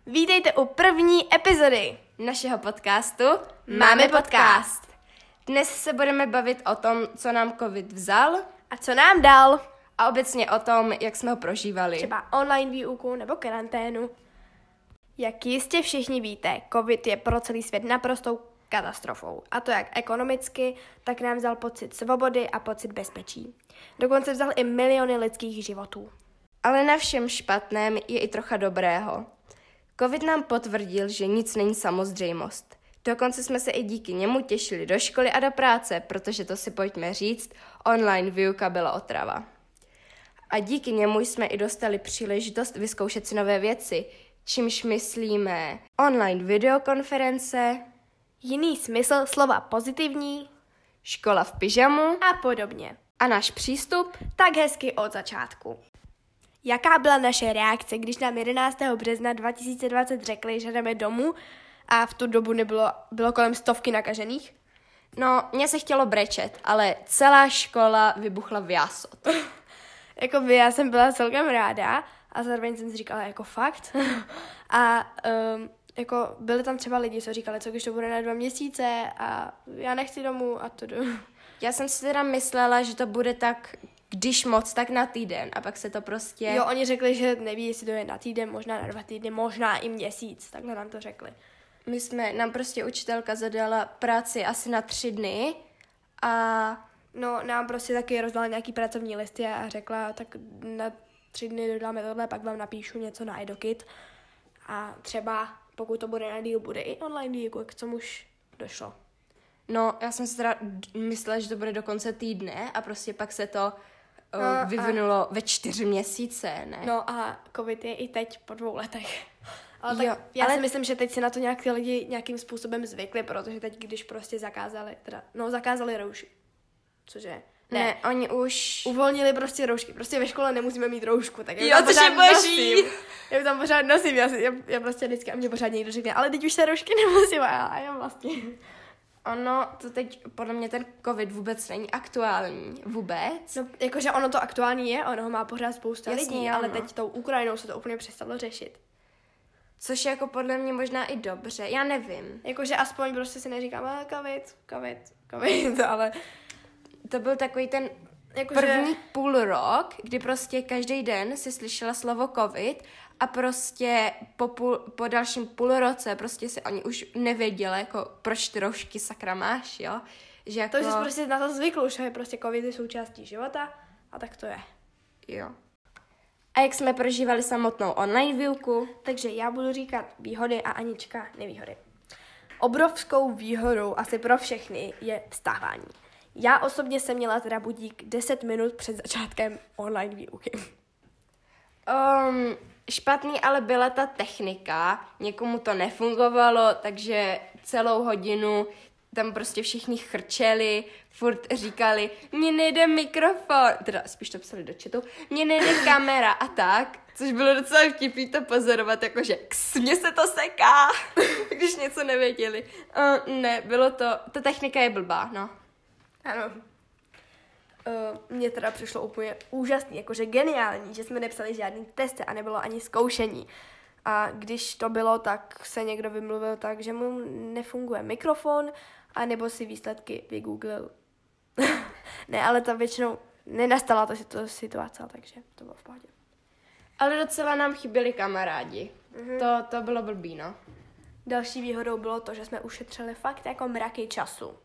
Vítejte u první epizody našeho podcastu Máme podcast. Dnes se budeme bavit o tom, co nám covid vzal A co nám dal? a obecně o tom, jak jsme ho prožívali. Třeba online výuku nebo karanténu. Jak jistě všichni víte, covid je pro celý svět naprostou katastrofou. A to jak ekonomicky, tak nám vzal pocit svobody a pocit bezpečí. Dokonce vzal i miliony lidských životů. Ale na všem špatném je i trocha dobrého. Covid nám potvrdil, že nic není samozřejmost. Dokonce jsme se i díky němu těšili do školy a do práce, protože to si pojďme říct, online výuka byla otrava. A díky němu jsme i dostali příležitost vyzkoušet si nové věci, čímž myslíme online videokonference, Jiný smysl slova pozitivní škola v pyžamu a podobně. a náš přístup. Tak hezky od začátku. Jaká byla naše reakce, když nám 11. března 2020 řekli, že jdeme domů a v tu dobu bylo kolem 100 nakažených? No, mně se chtělo brečet, ale celá škola vybuchla v jásot. Jakoby já jsem byla celkem ráda a zároveň jsem si říkala jako fakt. A jako byli tam třeba lidi, co říkali, co když to bude na 2 měsíce a já nechci domů a to jdu. Já jsem si teda myslela, že to bude tak, když moc, tak na týden a pak se to prostě... Jo, oni řekli, že neví, jestli to je na týden, možná na 2 týdny, možná i měsíc, takhle nám to řekli. Nám prostě učitelka zadala práci asi na 3 dny a... No, nám prostě taky rozdala nějaký pracovní listy a řekla, tak na 3 dny dodáme tohle, pak vám napíšu něco na EduKit a třeba, pokud to bude na díl, bude i online výuku, k čemu už došlo. No, já jsem si teda myslela, že to bude do konce týdne a prostě pak se to vyvinulo ve 4 měsíce, ne? No a covid je i teď po 2 letech. Ale Jo, tak já si myslím, že teď si na to nějak ty lidi nějakým způsobem zvykli, protože teď, když prostě zakázali roušky. Cože? Ne, oni už... Uvolnili prostě roušky. Prostě ve škole nemusíme mít roušku. Tak Jo, což je boží. Já tam pořád nosím. Já prostě vždycky, a mě pořád někdo řekne, ale teď už se roušky nemusím. A já vlastně... Ono, to teď podle mě ten covid vůbec není aktuální. Vůbec. No, jakože ono to aktuální je, ono ho má pořád spousta lidí, ale ano. teď tou Ukrajinou se to úplně přestalo řešit. Což je jako podle mě možná i dobře, já nevím. Jakože aspoň prostě si neříkám, covid, ale... To byl takový ten první půl rok, kdy prostě každý den si slyšela slovo covid a prostě po dalším půl roce prostě si oni už nevěděli, jako proč ty roušky sakra máš, jo? Že jako... To jsi prostě na to zvykl, už je prostě covid je součástí života a tak to je. Jo. A jak jsme prožívali samotnou online výuku? Takže já budu říkat výhody a Anička nevýhody. Obrovskou výhodou asi pro všechny je vstávání. Já osobně jsem měla teda budík 10 minut před začátkem online výuky. Špatný ale byla ta technika, někomu to nefungovalo, takže celou hodinu tam prostě všichni chrčeli, furt říkali, mně nejde mikrofon, teda spíš to psali do chatu, mně nejde kamera a tak, což bylo docela vtipný to pozorovat, jakože mně se to seká, když něco nevěděli. Ne, bylo to, ta technika je blbá, no. Ano. Mně teda přišlo úplně úžasný, jakože geniální, že jsme nepsali žádný testy a nebylo ani zkoušení. A když to bylo, tak se někdo vymluvil tak, že mu nefunguje mikrofon, anebo si výsledky vygooglil. Ne, ale to většinou nenastala ta situace, takže to bylo v pohodě. Ale docela nám chyběli kamarádi. To bylo blbý, no. Další výhodou bylo to, že jsme ušetřili fakt jako mraky času.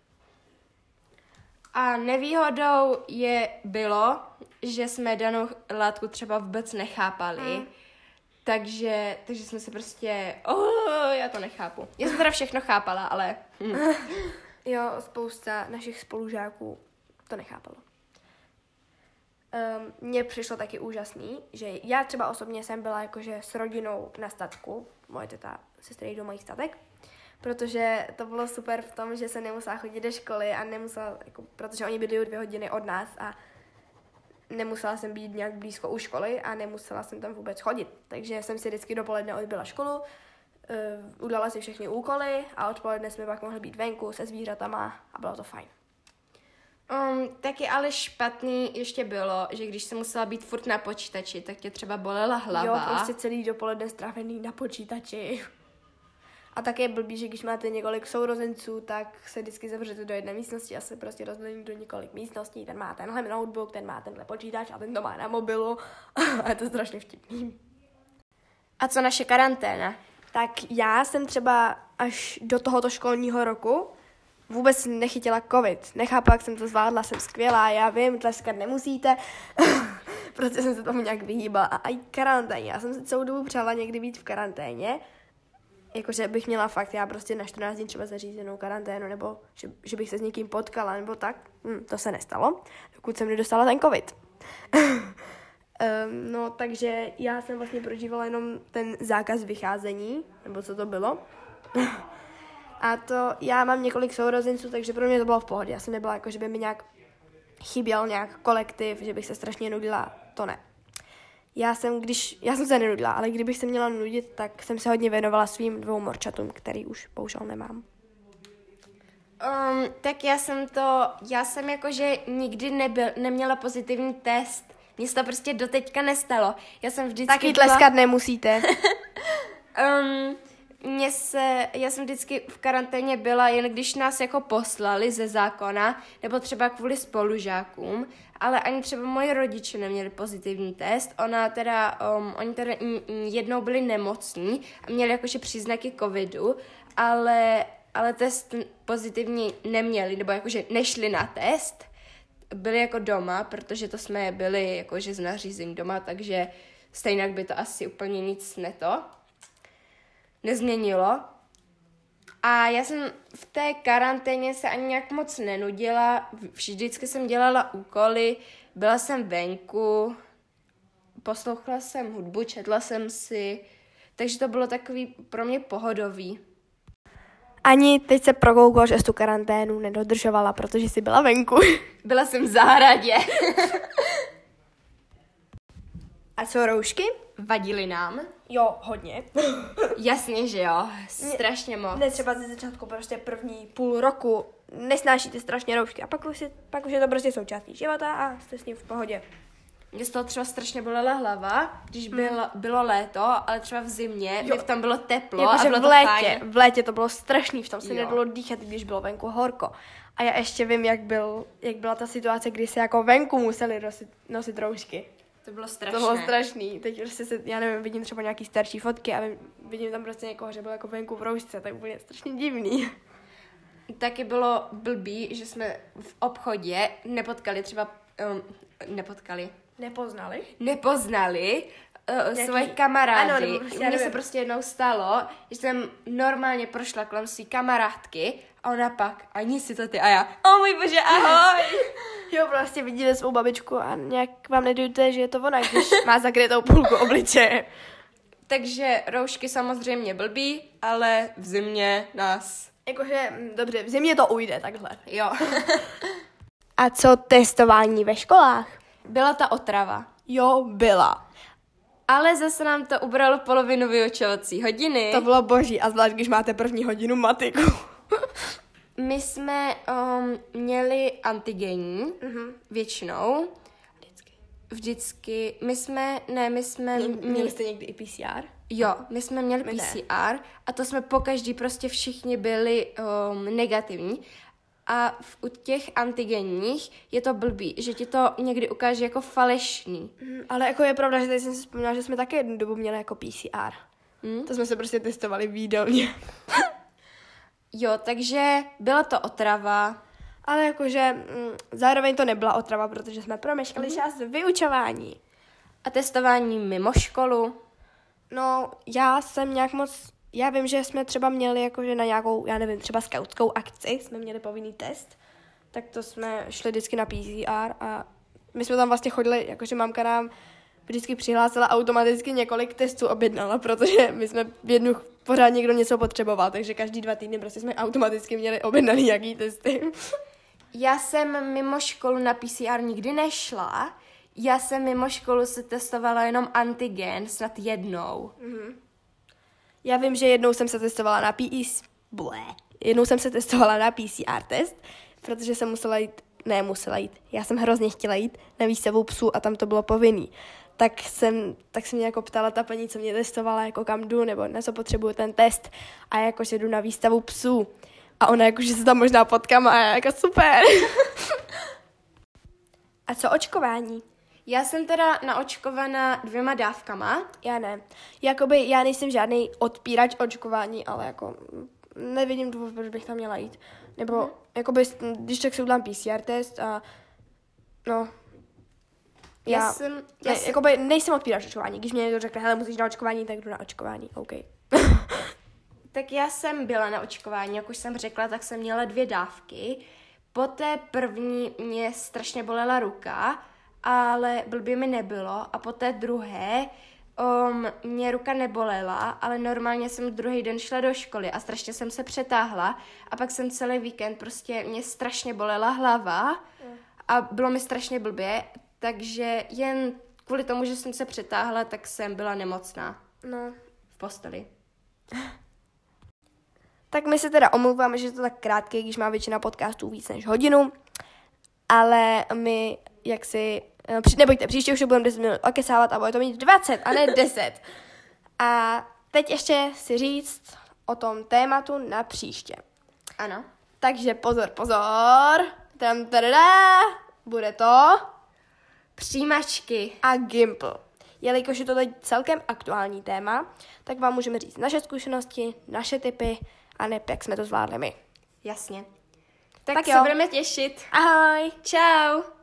A nevýhodou bylo, že jsme danou látku třeba vůbec nechápali. Takže jsme se prostě, já to nechápu. Já jsem teda všechno chápala, ale... Jo, spousta našich spolužáků to nechápalo. Mně přišlo taky úžasný, že já třeba osobně jsem byla jakože s rodinou na statku, moje teta sestra jde do mojich statek, protože to bylo super v tom, že se nemusela chodit do školy a nemusela, jako, protože oni bydlí 2 hodiny od nás a nemusela jsem být nějak blízko u školy a nemusela jsem tam vůbec chodit. Takže jsem si vždycky dopoledne odbyla školu, udělala si všechny úkoly a odpoledne jsme pak mohli být venku se zvířatama a bylo to fajn. Taky ale špatný ještě bylo, že když jsem musela být furt na počítači, tak tě třeba bolela hlava. Jo, prostě celý dopoledne strávený na počítači. A také je blbý, že když máte několik sourozenců, tak se vždycky zavřete do jedné místnosti a se prostě rozdělení do několik místností. Ten má tenhle notebook, ten má tenhle počítač a ten to má na mobilu. A je to strašně vtipný. A co naše karanténa? Tak já jsem třeba až do tohoto školního roku vůbec nechytila covid. Nechápu, jak jsem to zvládla, jsem skvělá, já vím, tleskat nemusíte, protože jsem se tomu nějak vyhýbala. A i karanténě, já jsem si celou dobu přála někdy být v karanténě, jakože bych měla fakt, já prostě na 14 dní třeba zařízenou karanténu, nebo že bych se s někým potkala, nebo tak. To se nestalo, dokud jsem nedostala ten covid. No, takže já jsem vlastně prožívala jenom ten zákaz vycházení, nebo co to bylo. A to, já mám několik sourozenců, takže pro mě to bylo v pohodě. Já jsem nebyla jako, že by mi nějak chyběl nějak kolektiv, že bych se strašně nudila, to ne. Já jsem se nenudila, ale kdybych se měla nudit, tak jsem se hodně věnovala svým 2 morčatům, který už bohužel nemám. Tak já jsem jakože nikdy neměla pozitivní test. Mně se to prostě doteďka nestalo. Já jsem vždycky Taky tleskat nemusíte. Já jsem vždycky v karanténě byla, jen když nás jako poslali ze zákona, nebo třeba kvůli spolužákům, ale ani třeba moji rodiče neměli pozitivní test. Oni teda jednou byli nemocní a měli jakože příznaky covidu, ale test pozitivní neměli, nebo jakože nešli na test, byli jako doma, protože to jsme byli jakože z nařízení doma, takže stejně by to asi úplně nic nezměnilo. A já jsem v té karanténě se ani nějak moc nenudila, vždycky jsem dělala úkoly, byla jsem venku, poslouchala jsem hudbu, četla jsem si, takže to bylo takový pro mě pohodový. Ani teď se prokoukla, že jsi tu karanténu nedodržovala, protože jsi byla venku. Byla jsem v zahradě. A co roušky? Vadily nám? Jo, hodně. Jasně, že jo. Strašně moc. Ne, třeba ze začátku prostě první půl roku nesnášíte strašně roušky a pak už je to prostě součástí života a jste s ním v pohodě. Mě z toho třeba strašně bolela hlava, když bylo léto, ale třeba v zimě, mě v tom bylo teplo a bylo to fajn. V létě to bylo strašný, v tom se nedalo dýchat, když bylo venku horko. A já ještě vím, jak byla ta situace, kdy se jako venku museli nosit roušky. To bylo strašné. To bylo strašný. Teď prostě já nevím, vidím třeba nějaký starší fotky a vidím tam prostě někoho, že byl jako venku v roušce, to je úplně strašně divný. Taky bylo blbý, že jsme v obchodě nepoznali svoje kamarády. Mně se prostě jednou stalo, že jsem normálně prošla kolem své kamarádky a ona pak, ani si to ty a já, o můj bože, ahoj. Jo, prostě vidíte svou babičku a nějak vám nedojde, že je to ona, když má zakrytou půlku obličeje. Takže roušky samozřejmě blbý, ale v zimě nás... Jakože, dobře, v zimě to ujde takhle. Jo. A co testování ve školách? Byla ta otrava. Jo, byla. Ale zase nám to ubralo polovinu vyučovací hodiny. To bylo boží, a zvlášť, když máte první hodinu matiku. My jsme měli antigenní, většinou. Vždycky. Měli jste někdy i PCR? Jo, my jsme měli PCR a to jsme pokaždý prostě všichni byli negativní. A u těch antigenních je to blbý, že ti to někdy ukáže jako falešný. Ale jako je pravda, že tady jsem si vzpomněla, že jsme také jednu dobu měli jako PCR. To jsme se prostě testovali v jídelně. Jo, takže byla to otrava. Ale jakože zároveň to nebyla otrava, protože jsme promeškali část vyučování. A testování mimo školu? No, já vím, že jsme třeba měli jakože na nějakou, já nevím, třeba skautskou akci, jsme měli povinný test, tak to jsme šli vždycky na PCR a my jsme tam vlastně chodili, jakože mamka nám vždycky přihlásila automaticky několik testů objednala, protože my jsme v jednu pořád někdo něco potřeboval, takže každý 2 týdny prostě jsme automaticky měli objednaný nějaký testy. Já jsem mimo školu na PCR nikdy nešla, já jsem mimo školu se testovala jenom antigen, snad jednou. Já vím, že jednou jsem se testovala na PCR test, protože jsem musela jít nemusela jít. Já jsem hrozně chtěla jít na výstavu psů a tam to bylo povinný. Tak se mě jako ptala ta paní, co mě testovala, jako kam jdu, nebo na co potřebuju ten test. A jako, že jdu na výstavu psů. A ona jako, že se tam možná potkám a já jako super. A co očkování? Já jsem teda naočkovaná 2 dávkama. Já ne. Jakoby já nejsem žádný odpírač očkování, ale jako nevidím důvod, proč bych tam měla jít. Nebo jakoby, když tak si udělám PCR test a no... Jakoby nejsem odpírač očkování. Když mě někdo řekne, hele, musíš na očkování, tak jdu na očkování. OK. Tak já jsem byla na očkování, jak už jsem řekla, tak jsem měla 2 dávky. Po té první mě strašně bolela ruka, ale blbě mi nebylo. A po té druhé mě ruka nebolela, ale normálně jsem druhý den šla do školy a strašně jsem se přetáhla. A pak jsem celý víkend, prostě mě strašně bolela hlava a bylo mi strašně blbě. Takže jen kvůli tomu, že jsem se přetáhla, tak jsem byla nemocná. No. V posteli. Tak my se teda omlouváme, že je to tak krátké, když má většina podcastů víc než hodinu. Ale my, nebojte, příště už to budeme 10 minut okesávat a bude to mít 20 a ne 10. A teď ještě si říct o tom tématu na příště. Ano. Takže pozor. Bude to... Přijímačky. A Gimpl. Jelikož je to teď celkem aktuální téma, tak vám můžeme říct naše zkušenosti, naše tipy a ne, jak jsme to zvládli my. Jasně. Tak Tak se jo. budeme těšit. Ahoj. Čau.